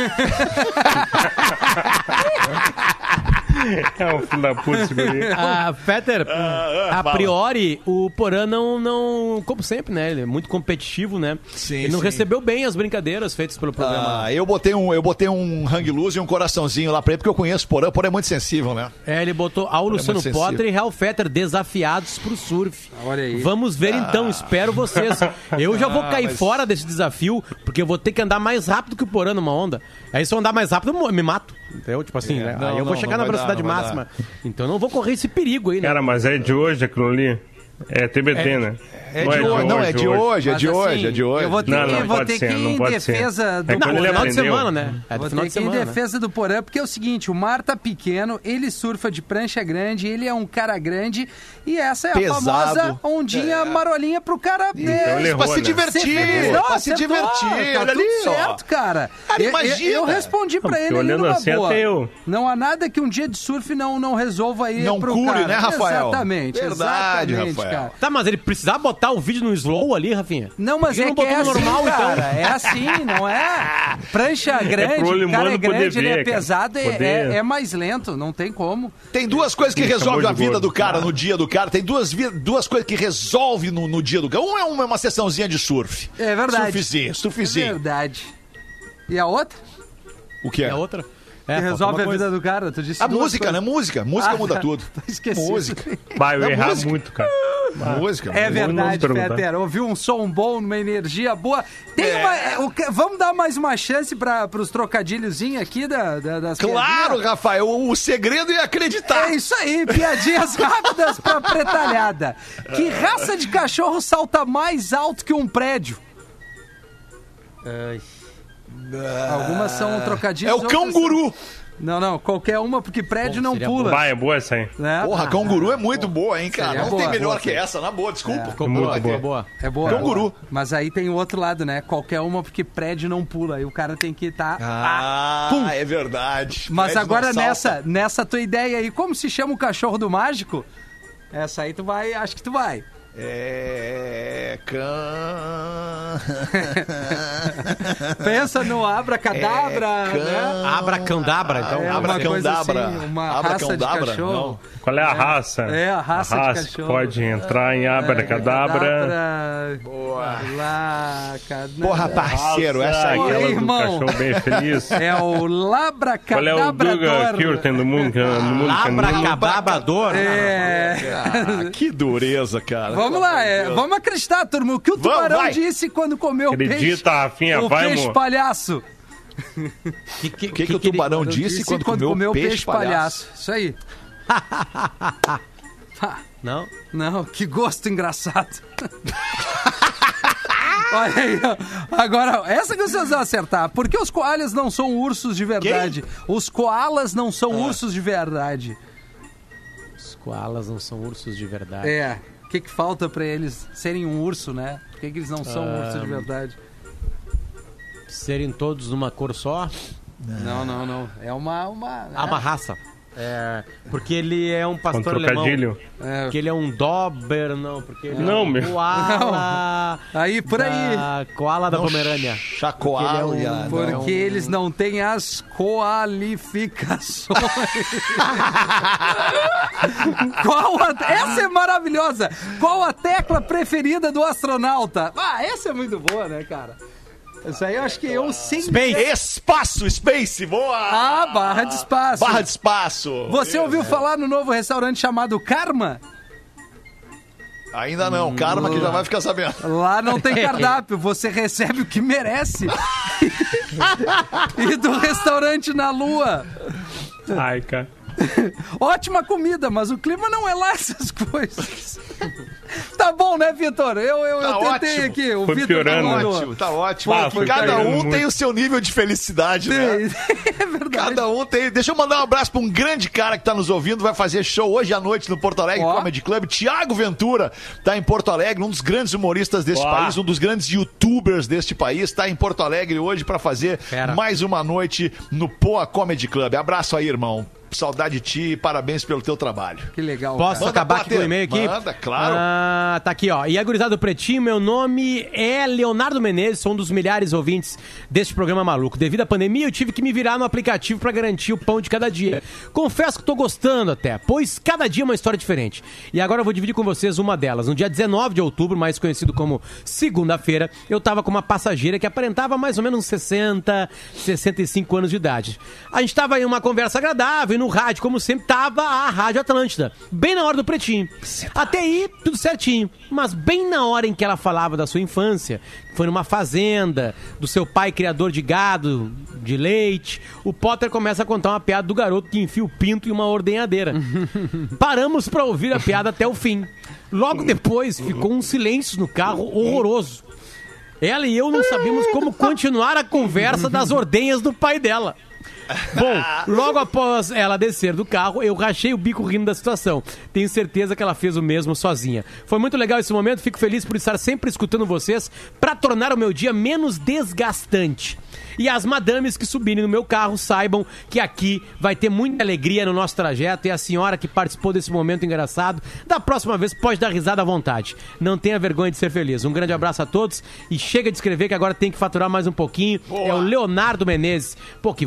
É um filho da puta, Peter, a priori, o Porã não, como sempre, né? Ele é muito competitivo, né? Sim, ele não recebeu bem as brincadeiras feitas pelo programa. Eu botei um hang loose e um coraçãozinho lá pra ele, porque eu conheço o Porã. O Porã é muito sensível, né? Ele botou ao Luciano Potter e Ralf Fetter desafiados pro surf. Olha aí. Vamos ver então, espero vocês. Eu já vou cair fora desse desafio, porque eu vou ter que andar mais rápido que o Porã numa onda. Aí se eu andar mais rápido, eu me mato. Entendeu? Tipo assim, né? Aí eu vou chegar na velocidade máxima. Então eu não vou correr esse perigo aí, né? Cara, mas é de hoje aquilo ali? É TBT, né? É de hoje. Não, é de hoje, é de hoje, é de hoje. Eu vou ter que ir em defesa do Porã. No final de semana, né? Vou ter que ir em defesa do Porã, porque é o seguinte, o mar tá pequeno, ele surfa de prancha grande, ele é um cara grande, e essa é a famosa ondinha marolinha pro cara pra se divertir. Pra se divertir. Tá tudo certo, cara. Imagina. Eu respondi pra ele olhando numa assim, boa. até eu. Não há nada que um dia de surf não resolva aí não pro cure, cara. Né, Rafael? Exatamente. Verdade, Rafael. Cara. Tá, mas ele precisava botar o vídeo no slow ali, Rafinha? Não, mas não que é assim, normal, cara. então. É assim, não é? Prancha grande, cara é grande, ele é pesado, é mais lento, não tem como. Tem duas coisas que resolvem a vida do cara no dia do cara. Tem duas coisas que resolvem no dia do cara. Uma é uma sessãozinha de surf. É verdade. Surfzinho. É verdade. E a outra? O que é? E a outra? Que resolve a vida do cara, tu disse. A música, né? Música muda tudo. Esqueci. Música. Vai, eu errar muito, cara. Música. É verdade, Peter. Ouviu um som bom, uma energia boa. Vamos dar mais uma chance para os trocadilhozinhos aqui das Claro, piadinhas? Rafael. O segredo é acreditar. É isso aí, piadinhas rápidas pra pretalhada. Que raça de cachorro salta mais alto que um prédio? Algumas são trocadilhos. É o canguru. Não, qualquer uma, porque prédio não pula. Vai, é boa essa aí. Porra, canguru é muito boa, hein, cara? Não tem melhor que essa, na boa, desculpa. Ficou boa. É boa. Canguru. Mas aí tem o outro lado, né? Qualquer uma, porque prédio não pula. Aí o cara tem que estar... É verdade. Mas Prédio agora não salta. nessa tua ideia aí, como se chama o cachorro do mágico? Essa aí tu vai, acho que tu vai. Pensa no abracadabra, né? Abracandabra, então. É uma coisa assim, uma raça de cachorro. Não. Qual é a raça? É, a raça de que cachorro. pode entrar em abracadabra. Boa. Porra, parceiro, essa aí. Aquela do irmão. cachorro bem feliz. É o Qual é o Duga Kirten do mundo? Abracadabrador. Que dureza, cara. Vamos lá, vamos acreditar, turma. O que o tubarão disse quando comeu o peixe? Acredita, Rafinha, o vai, peixe amor. palhaço. O que o tubarão disse quando comeu peixe palhaço? Isso aí. Não? Não, que gosto engraçado. Olha aí, ó. Agora, essa que vocês vão acertar. Por que os koalas não são ursos de verdade? Os koalas não são ursos de verdade. Os koalas não são ursos de verdade. O que falta pra eles serem um urso, né? Por que eles não são ursos de verdade? Serem todos numa cor só? Não. É uma raça. Porque ele é um pastor alemão. Porque ele é um Dober, não. Porque ele é um koala. Aí, por aí. Koala da Pomerânia. Chacoalha. Porque eles não têm as qualificações. Essa é maravilhosa. Qual a tecla preferida do astronauta? Essa é muito boa, né, cara? Isso aí eu acho que eu sim. Space, boa! Barra de espaço. Barra de espaço. Você ouviu falar no novo restaurante chamado Karma? Ainda não, Karma que já vai ficar sabendo. Lá não tem cardápio, você recebe o que merece. E do restaurante na Lua. Ai, cara. Ótima comida, mas o clima não é lá essas coisas. Tá bom, né, Vitor? Eu tentei ótimo. Aqui. O Foi Vitor piorando. Tá ótimo. Foi Cada um muito. tem o seu nível de felicidade, né? É verdade. Cada um tem. Deixa eu mandar um abraço pra um grande cara que tá nos ouvindo, vai fazer show hoje à noite no Porto Alegre Comedy Club. Thiago Ventura tá em Porto Alegre, um dos grandes humoristas deste país, um dos grandes youtubers deste país, tá em Porto Alegre hoje pra fazer mais uma noite no Poa Comedy Club. Abraço aí, irmão. Saudade de ti e parabéns pelo teu trabalho. Que legal. Posso acabar aqui com o e-mail aqui? Manda, claro. Tá aqui, ó. E a gurizada do Pretinho, meu nome é Leonardo Menezes, sou um dos milhares de ouvintes deste programa maluco. Devido à pandemia, eu tive que me virar no aplicativo pra garantir o pão de cada dia. Confesso que tô gostando até, pois cada dia é uma história diferente. E agora eu vou dividir com vocês uma delas. No dia 19 de outubro, mais conhecido como segunda-feira, eu tava com uma passageira que aparentava mais ou menos uns 60, 65 anos de idade. A gente tava em uma conversa agradável, no rádio, como sempre, tava a Rádio Atlântida, bem na hora do Pretinho. Até aí, tudo certinho. Mas bem na hora em que ela falava da sua infância, foi numa fazenda, do seu pai criador de gado, de leite, o Potter começa a contar uma piada do garoto que enfia o pinto em uma ordenhadeira. Paramos pra ouvir a piada até o fim. Logo depois, ficou um silêncio no carro horroroso. Ela e eu não sabíamos como continuar a conversa das ordenhas do pai dela. Bom, logo após ela descer do carro, eu rachei o bico rindo da situação. Tenho certeza que ela fez o mesmo sozinha. Foi muito legal esse momento, fico feliz por estar sempre escutando vocês pra tornar o meu dia menos desgastante. E as madames que subirem no meu carro saibam que aqui vai ter muita alegria no nosso trajeto. E a senhora que participou desse momento engraçado, da próxima vez pode dar risada à vontade. Não tenha vergonha de ser feliz. Um grande abraço a todos e chega de escrever que agora tem que faturar mais um pouquinho. Boa. É o Leonardo Menezes. Pô, que vibe legal.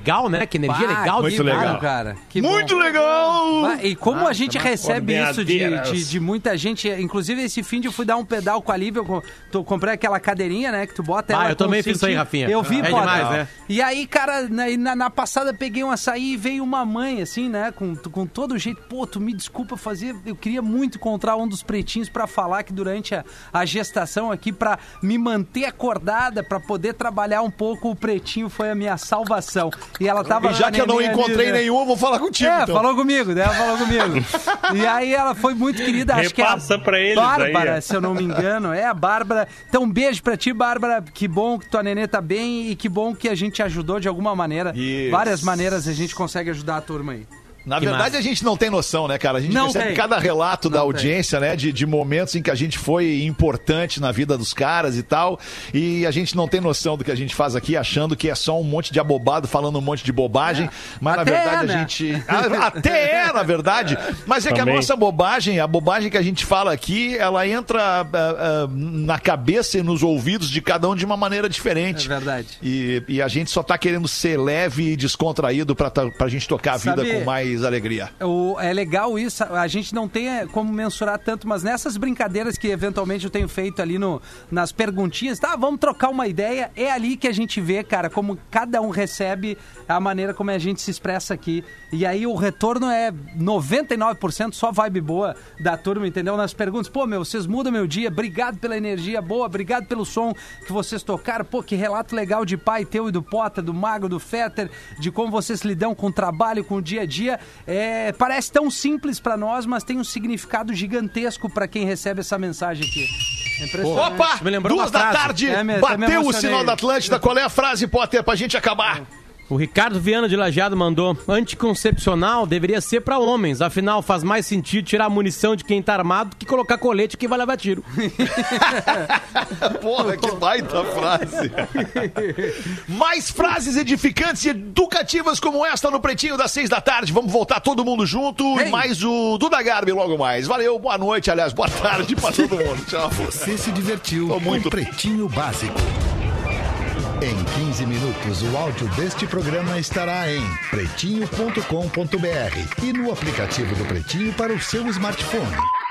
legal, né? Que energia legal. Muito legal, cara. Muito legal! E como a gente recebe isso de muita gente, inclusive esse fim de eu fui dar um pedal com a Lívia, eu comprei aquela cadeirinha, né, que tu bota ela. Eu também fiz isso aí, Rafinha. Eu vi, pô. Demais, né? E aí, cara, na passada peguei um açaí e veio uma mãe, assim, né, com todo jeito, pô, tu me desculpa fazer, eu queria muito encontrar um dos pretinhos pra falar que durante a gestação aqui, pra me manter acordada, pra poder trabalhar um pouco, o pretinho foi a minha salvação. E ela tava... E já que eu não encontrei nenhum, eu vou falar contigo, então. Falou comigo, né? Falou comigo. E aí ela foi muito querida, acho que é a pra eles Bárbara, aí, se eu não me engano. É a Bárbara. Então, um beijo pra ti, Bárbara. Que bom que tua nenê tá bem e que bom que a gente ajudou de alguma maneira. Isso. Várias maneiras a gente consegue ajudar a turma aí. Na verdade, a gente não tem noção, né, cara? A gente recebe cada relato da audiência, né? De momentos em que a gente foi importante na vida dos caras e tal. E a gente não tem noção do que a gente faz aqui, achando que é só um monte de abobado falando um monte de bobagem. Mas, na verdade, a gente... Até na verdade. Mas é que a nossa bobagem, a bobagem que a gente fala aqui, ela entra na cabeça e nos ouvidos de cada um de uma maneira diferente. É verdade. E a gente só tá querendo ser leve e descontraído pra gente tocar a vida com mais alegria. É legal isso, a gente não tem como mensurar tanto, mas nessas brincadeiras que eventualmente eu tenho feito ali nas perguntinhas, tá, vamos trocar uma ideia, é ali que a gente vê, cara, como cada um recebe a maneira como a gente se expressa aqui. E aí o retorno é 99% só vibe boa da turma, entendeu? Nas perguntas, pô, vocês mudam meu dia, obrigado pela energia boa, obrigado pelo som que vocês tocaram, pô, que relato legal de pai teu e do Potter, do Mago, do Fetter, de como vocês lidam com o trabalho, com o dia a dia. Parece tão simples pra nós, mas tem um significado gigantesco pra quem recebe essa mensagem aqui. É impressionante. Opa! 2h, bateu o sinal da Atlântida. Qual é a frase, Potter, pra gente acabar? O Ricardo Viana de Lajeado mandou: anticoncepcional deveria ser pra homens, afinal faz mais sentido tirar a munição de quem tá armado que colocar colete que vai levar tiro. Porra, que baita frase. Mais frases edificantes e educativas como esta no Pretinho das 6h. Vamos voltar todo mundo junto. E mais o Duda Garbi logo mais. Valeu, boa noite, aliás, boa tarde pra todo mundo. Tchau. Você se divertiu com Pretinho Básico. Em 15 minutos, o áudio deste programa estará em pretinho.com.br e no aplicativo do Pretinho para o seu smartphone.